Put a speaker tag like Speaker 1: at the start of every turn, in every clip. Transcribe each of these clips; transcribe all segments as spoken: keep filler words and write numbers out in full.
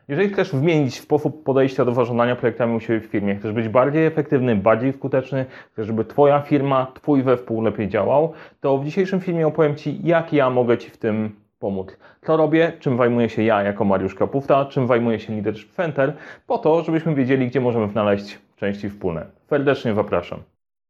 Speaker 1: Jeżeli chcesz zmienić sposób podejścia do zarządzania projektami u siebie w firmie, chcesz być bardziej efektywny, bardziej skuteczny, chcesz, żeby Twoja firma, Twój zespół lepiej działał, to w dzisiejszym filmie opowiem Ci, jak ja mogę Ci w tym pomóc. Co robię, czym zajmuję się ja jako Mariusz Kapufta, czym zajmuje się Leadership Center, po to, żebyśmy wiedzieli, gdzie możemy znaleźć części wspólne. Serdecznie zapraszam.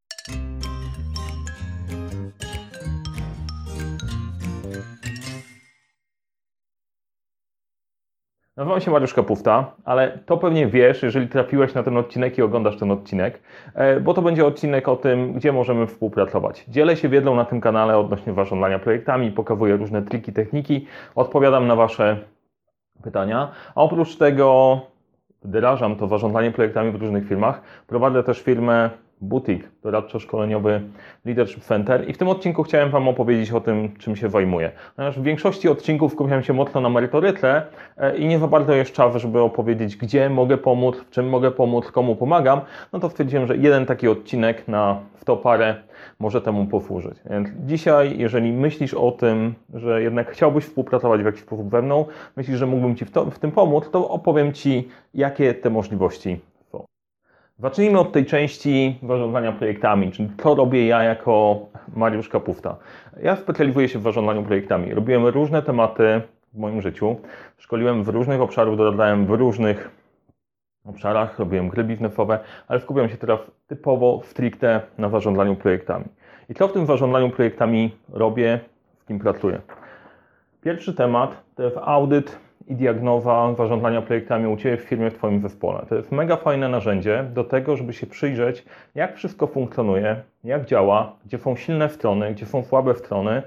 Speaker 1: Nazywam się Mariusz Kapufta, ale to pewnie wiesz, jeżeli trafiłeś na ten odcinek i oglądasz ten odcinek, bo to będzie odcinek o tym, gdzie możemy współpracować. Dzielę się wiedzą na tym kanale odnośnie zarządzania projektami, pokazuję różne triki, techniki, odpowiadam na Wasze pytania, a oprócz tego wdrażam to zarządzanie projektami w różnych firmach. Prowadzę też firmę Boutique, doradczo-szkoleniowy Leadership Center i w tym odcinku chciałem Wam opowiedzieć o tym, czym się zajmuję. Ponieważ w większości odcinków skupiam się mocno na merytoryce i nie za bardzo jest czas, żeby opowiedzieć, gdzie mogę pomóc, w czym mogę pomóc, komu pomagam, no to stwierdziłem, że jeden taki odcinek na sto parę może temu posłużyć. Więc dzisiaj, jeżeli myślisz o tym, że jednak chciałbyś współpracować w jakiś sposób ze mną, myślisz, że mógłbym Ci w, to, w tym pomóc, to opowiem Ci, jakie te możliwości są. Zacznijmy od tej części zarządzania projektami, czyli co robię ja jako Mariusz Kapufta. Ja specjalizuję się w zarządzaniu projektami. Robiłem różne tematy w moim życiu. Szkoliłem w różnych obszarach, doradzałem w różnych obszarach, robiłem gry biznesowe, ale skupiam się teraz typowo, stricte na zarządzaniu projektami. I co w tym zarządzaniu projektami robię, z kim pracuję? Pierwszy temat to jest audyt i diagnoza zarządzania projektami u Ciebie w firmie, w Twoim zespole. To jest mega fajne narzędzie do tego, żeby się przyjrzeć, jak wszystko funkcjonuje, jak działa, gdzie są silne strony, gdzie są słabe strony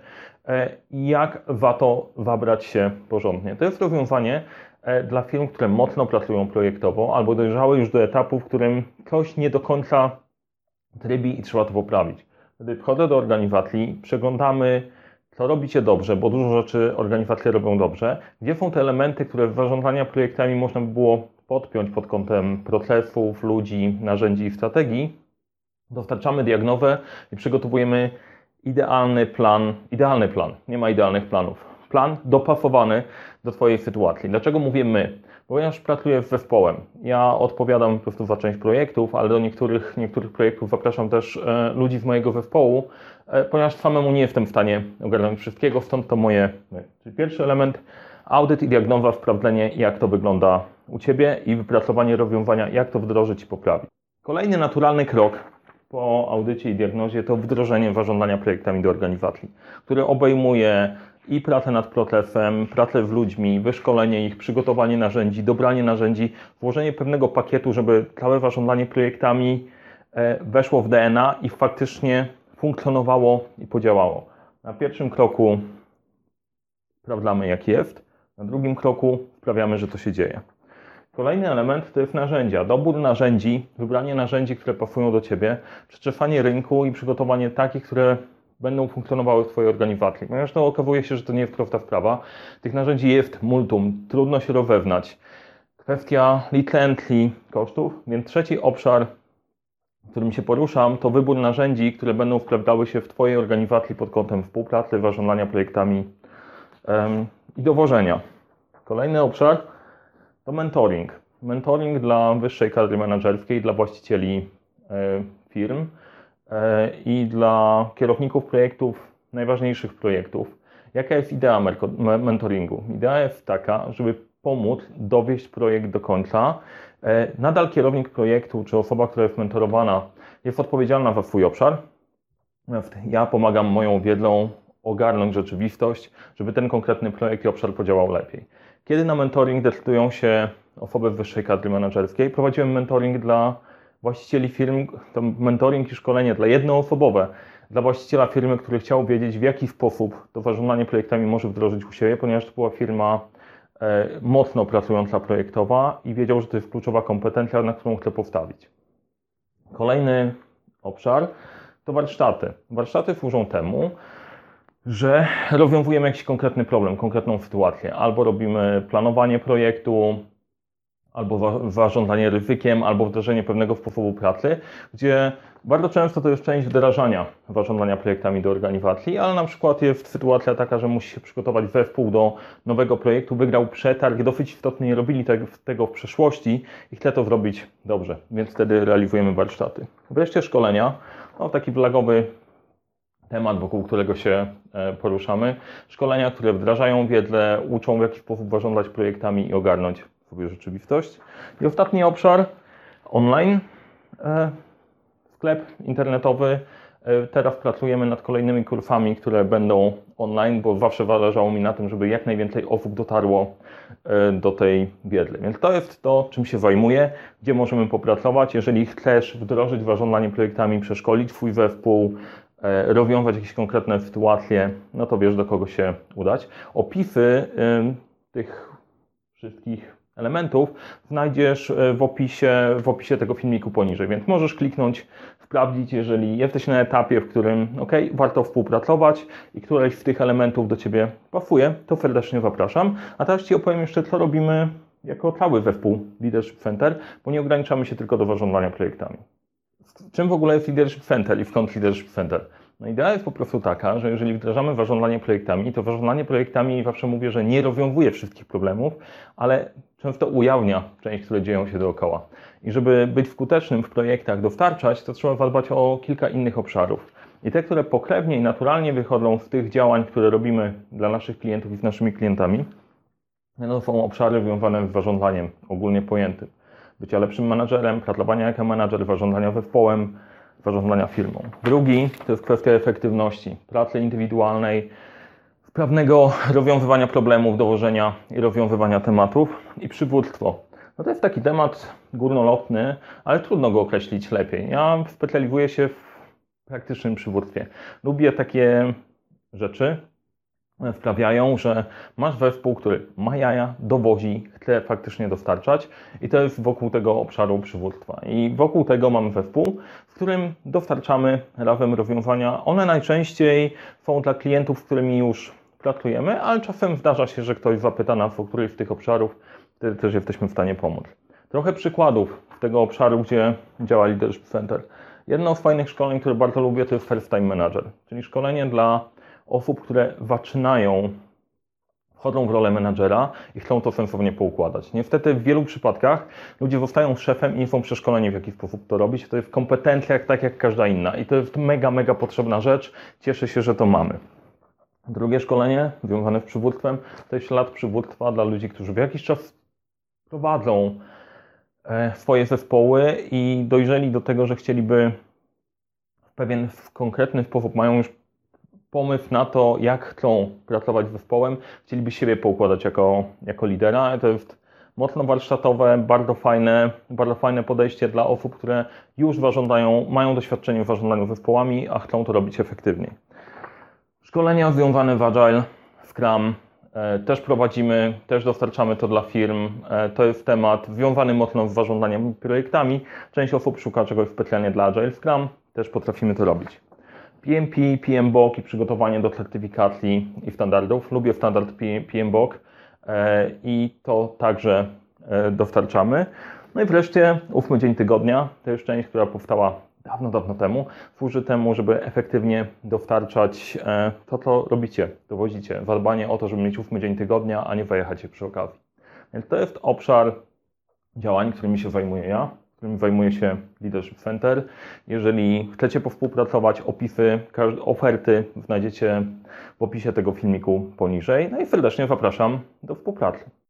Speaker 1: i jak warto zabrać się porządnie. To jest rozwiązanie dla firm, które mocno pracują projektowo albo dojrzały już do etapu, w którym coś nie do końca trybi i trzeba to poprawić. Wtedy wchodzę do organizacji, przeglądamy, co robicie dobrze, bo dużo rzeczy organizacje robią dobrze. Gdzie są te elementy, które w zarządzania projektami można by było podpiąć pod kątem procesów, ludzi, narzędzi i strategii. Dostarczamy diagnozę i przygotowujemy idealny plan, idealny plan, nie ma idealnych planów. Plan dopasowany do Twojej sytuacji. Dlaczego mówię my? Ponieważ pracuję z zespołem. Ja odpowiadam po prostu za część projektów, ale do niektórych, niektórych projektów zapraszam też e, ludzi z mojego zespołu, e, ponieważ samemu nie jestem w stanie ogarnąć wszystkiego, stąd to moje my. Czyli pierwszy element, audyt i diagnoza, sprawdzenie, jak to wygląda u Ciebie i wypracowanie rozwiązania, jak to wdrożyć i poprawić. Kolejny naturalny krok po audycie i diagnozie to wdrożenie zarządzania projektami do organizacji, które obejmuje i pracę nad procesem, pracę z ludźmi, wyszkolenie ich, przygotowanie narzędzi, dobranie narzędzi, włożenie pewnego pakietu, żeby całe zarządzanie projektami weszło w D N A i faktycznie funkcjonowało i podziałało. Na pierwszym kroku sprawdzamy, jak jest, na drugim kroku sprawiamy, że to się dzieje. Kolejny element to jest narzędzia. Dobór narzędzi, wybranie narzędzi, które pasują do Ciebie, przeczesanie rynku i przygotowanie takich, które będą funkcjonowały w Twojej organizacji. Ponieważ to okazuje się, że to nie jest prosta sprawa. Tych narzędzi jest multum, trudno się rozeznać. Kwestia licencji, kosztów. Więc trzeci obszar, w którym się poruszam, to wybór narzędzi, które będą sprawdzały się w Twojej organizacji pod kątem współpracy, zarządzania projektami um, i dowożenia. Kolejny obszar to mentoring. Mentoring dla wyższej kadry menedżerskiej, dla właścicieli e, firm i dla kierowników projektów, najważniejszych projektów. Jaka jest idea mentoringu? Idea jest taka, żeby pomóc dowieść projekt do końca. Nadal kierownik projektu, czy osoba, która jest mentorowana, jest odpowiedzialna za swój obszar. Ja pomagam moją wiedzą ogarnąć rzeczywistość, żeby ten konkretny projekt i obszar podziałał lepiej. Kiedy na mentoring decydują się osoby w wyższej kadry menedżerskiej, prowadziłem mentoring dla właścicieli firm, to mentoring i szkolenie dla jednoosobowe, dla właściciela firmy, który chciał wiedzieć, w jaki sposób to zarządzanie projektami może wdrożyć u siebie, ponieważ to była firma e, mocno pracująca projektowa i wiedział, że to jest kluczowa kompetencja, na którą chce postawić. Kolejny obszar to warsztaty. Warsztaty służą temu, że rozwiązujemy jakiś konkretny problem, konkretną sytuację. Albo robimy planowanie projektu, albo wa zarządzanie ryzykiem, albo wdrożenie pewnego sposobu pracy, gdzie bardzo często to jest część wdrażania zarządzania projektami do organizacji, ale na przykład jest sytuacja taka, że musi się przygotować zespół do nowego projektu, wygrał przetarg, dosyć istotnie nie robili te tego w przeszłości i chce to zrobić dobrze, więc wtedy realizujemy warsztaty. Wreszcie szkolenia, no, taki flagowy temat, wokół którego się poruszamy. Szkolenia, które wdrażają wiedzę, uczą w jakiś sposób zarządzać projektami i ogarnąć sobie rzeczywistość. I ostatni obszar, online, sklep internetowy. Teraz pracujemy nad kolejnymi kursami, które będą online, bo zawsze zależało mi na tym, żeby jak najwięcej osób dotarło do tej wiedzy. Więc to jest to, czym się zajmuję, gdzie możemy popracować. Jeżeli chcesz wdrożyć zarządzanie projektami, przeszkolić swój zespół, rozwiązać jakieś konkretne sytuacje, no to wiesz, do kogo się udać. Opisy tych wszystkich elementów znajdziesz w opisie, w opisie tego filmiku poniżej, więc możesz kliknąć, sprawdzić, jeżeli jesteś na etapie, w którym ok, warto współpracować i któreś z tych elementów do Ciebie pasuje, to serdecznie zapraszam. A teraz Ci opowiem jeszcze, co robimy jako cały zespół Leadership Center, bo nie ograniczamy się tylko do zarządzania projektami. Czym w ogóle jest Leadership Center i skąd Leadership Center? No idea jest po prostu taka, że jeżeli wdrażamy zarządzanie projektami, to zarządzanie projektami zawsze mówię, że nie rozwiązuje wszystkich problemów, ale często ujawnia część, które dzieją się dookoła. I żeby być skutecznym w projektach, dostarczać, to trzeba zadbać o kilka innych obszarów. I te, które pokrewnie i naturalnie wychodzą z tych działań, które robimy dla naszych klientów i z naszymi klientami, to są obszary związane z zarządzaniem ogólnie pojętym. Bycia lepszym menadżerem, pracowania jako menadżer, zarządzania zespołem, zarządzania firmą. Drugi to jest kwestia efektywności, pracy indywidualnej, sprawnego rozwiązywania problemów, dowożenia i rozwiązywania tematów i przywództwo. No to jest taki temat górnolotny, ale trudno go określić lepiej. Ja specjalizuję się w praktycznym przywództwie. Lubię takie rzeczy, sprawiają, że masz zespół, który ma jaja, dowozi, chce faktycznie dostarczać i to jest wokół tego obszaru przywództwa. I wokół tego mamy zespół, w którym dostarczamy razem rozwiązania. One najczęściej są dla klientów, z którymi już pracujemy, ale czasem zdarza się, że ktoś zapyta nas o któryś z tych obszarów, wtedy też jesteśmy w stanie pomóc. Trochę przykładów z tego obszaru, gdzie działa Leadership Center. Jedno z fajnych szkoleń, które bardzo lubię, to jest First Time Manager, czyli szkolenie dla osób, które zaczynają, wchodzą w rolę menadżera i chcą to sensownie poukładać. Niestety w wielu przypadkach ludzie zostają szefem i nie są przeszkoleni, w jaki sposób to robić. To jest w kompetencjach tak jak każda inna i to jest mega, mega potrzebna rzecz. Cieszę się, że to mamy. Drugie szkolenie związane z przywództwem to jest ślad przywództwa dla ludzi, którzy w jakiś czas prowadzą swoje zespoły i dojrzeli do tego, że chcieliby w pewien konkretny sposób, mają już pomysł na to, jak chcą pracować z zespołem, chcieliby siebie poukładać jako, jako lidera. To jest mocno warsztatowe, bardzo fajne, bardzo fajne podejście dla osób, które już zarządzają, mają doświadczenie w zarządzaniu zespołami, a chcą to robić efektywniej. Szkolenia związane z Agile, Scrum e, też prowadzimy, też dostarczamy to dla firm. E, to jest temat związany mocno z zarządzaniem projektami. Część osób szuka czegoś specjalnie dla Agile, Scrum, też potrafimy to robić. P M P, P M B O K i przygotowanie do certyfikacji i standardów. Lubię standard P M B O K e, i to także e, dostarczamy. No i wreszcie ósmy dzień tygodnia, to jest część, która powstała dawno, dawno temu. Służy temu, żeby efektywnie dostarczać e, to, co robicie, dowozicie. Zadbanie o to, żeby mieć ósmy dzień tygodnia, a nie wyjechać się przy okazji. Więc to jest obszar działań, którymi się zajmuję ja, którym zajmuje się Leadership Center. Jeżeli chcecie powspółpracować, opisy, oferty znajdziecie w opisie tego filmiku poniżej. No i serdecznie zapraszam do współpracy.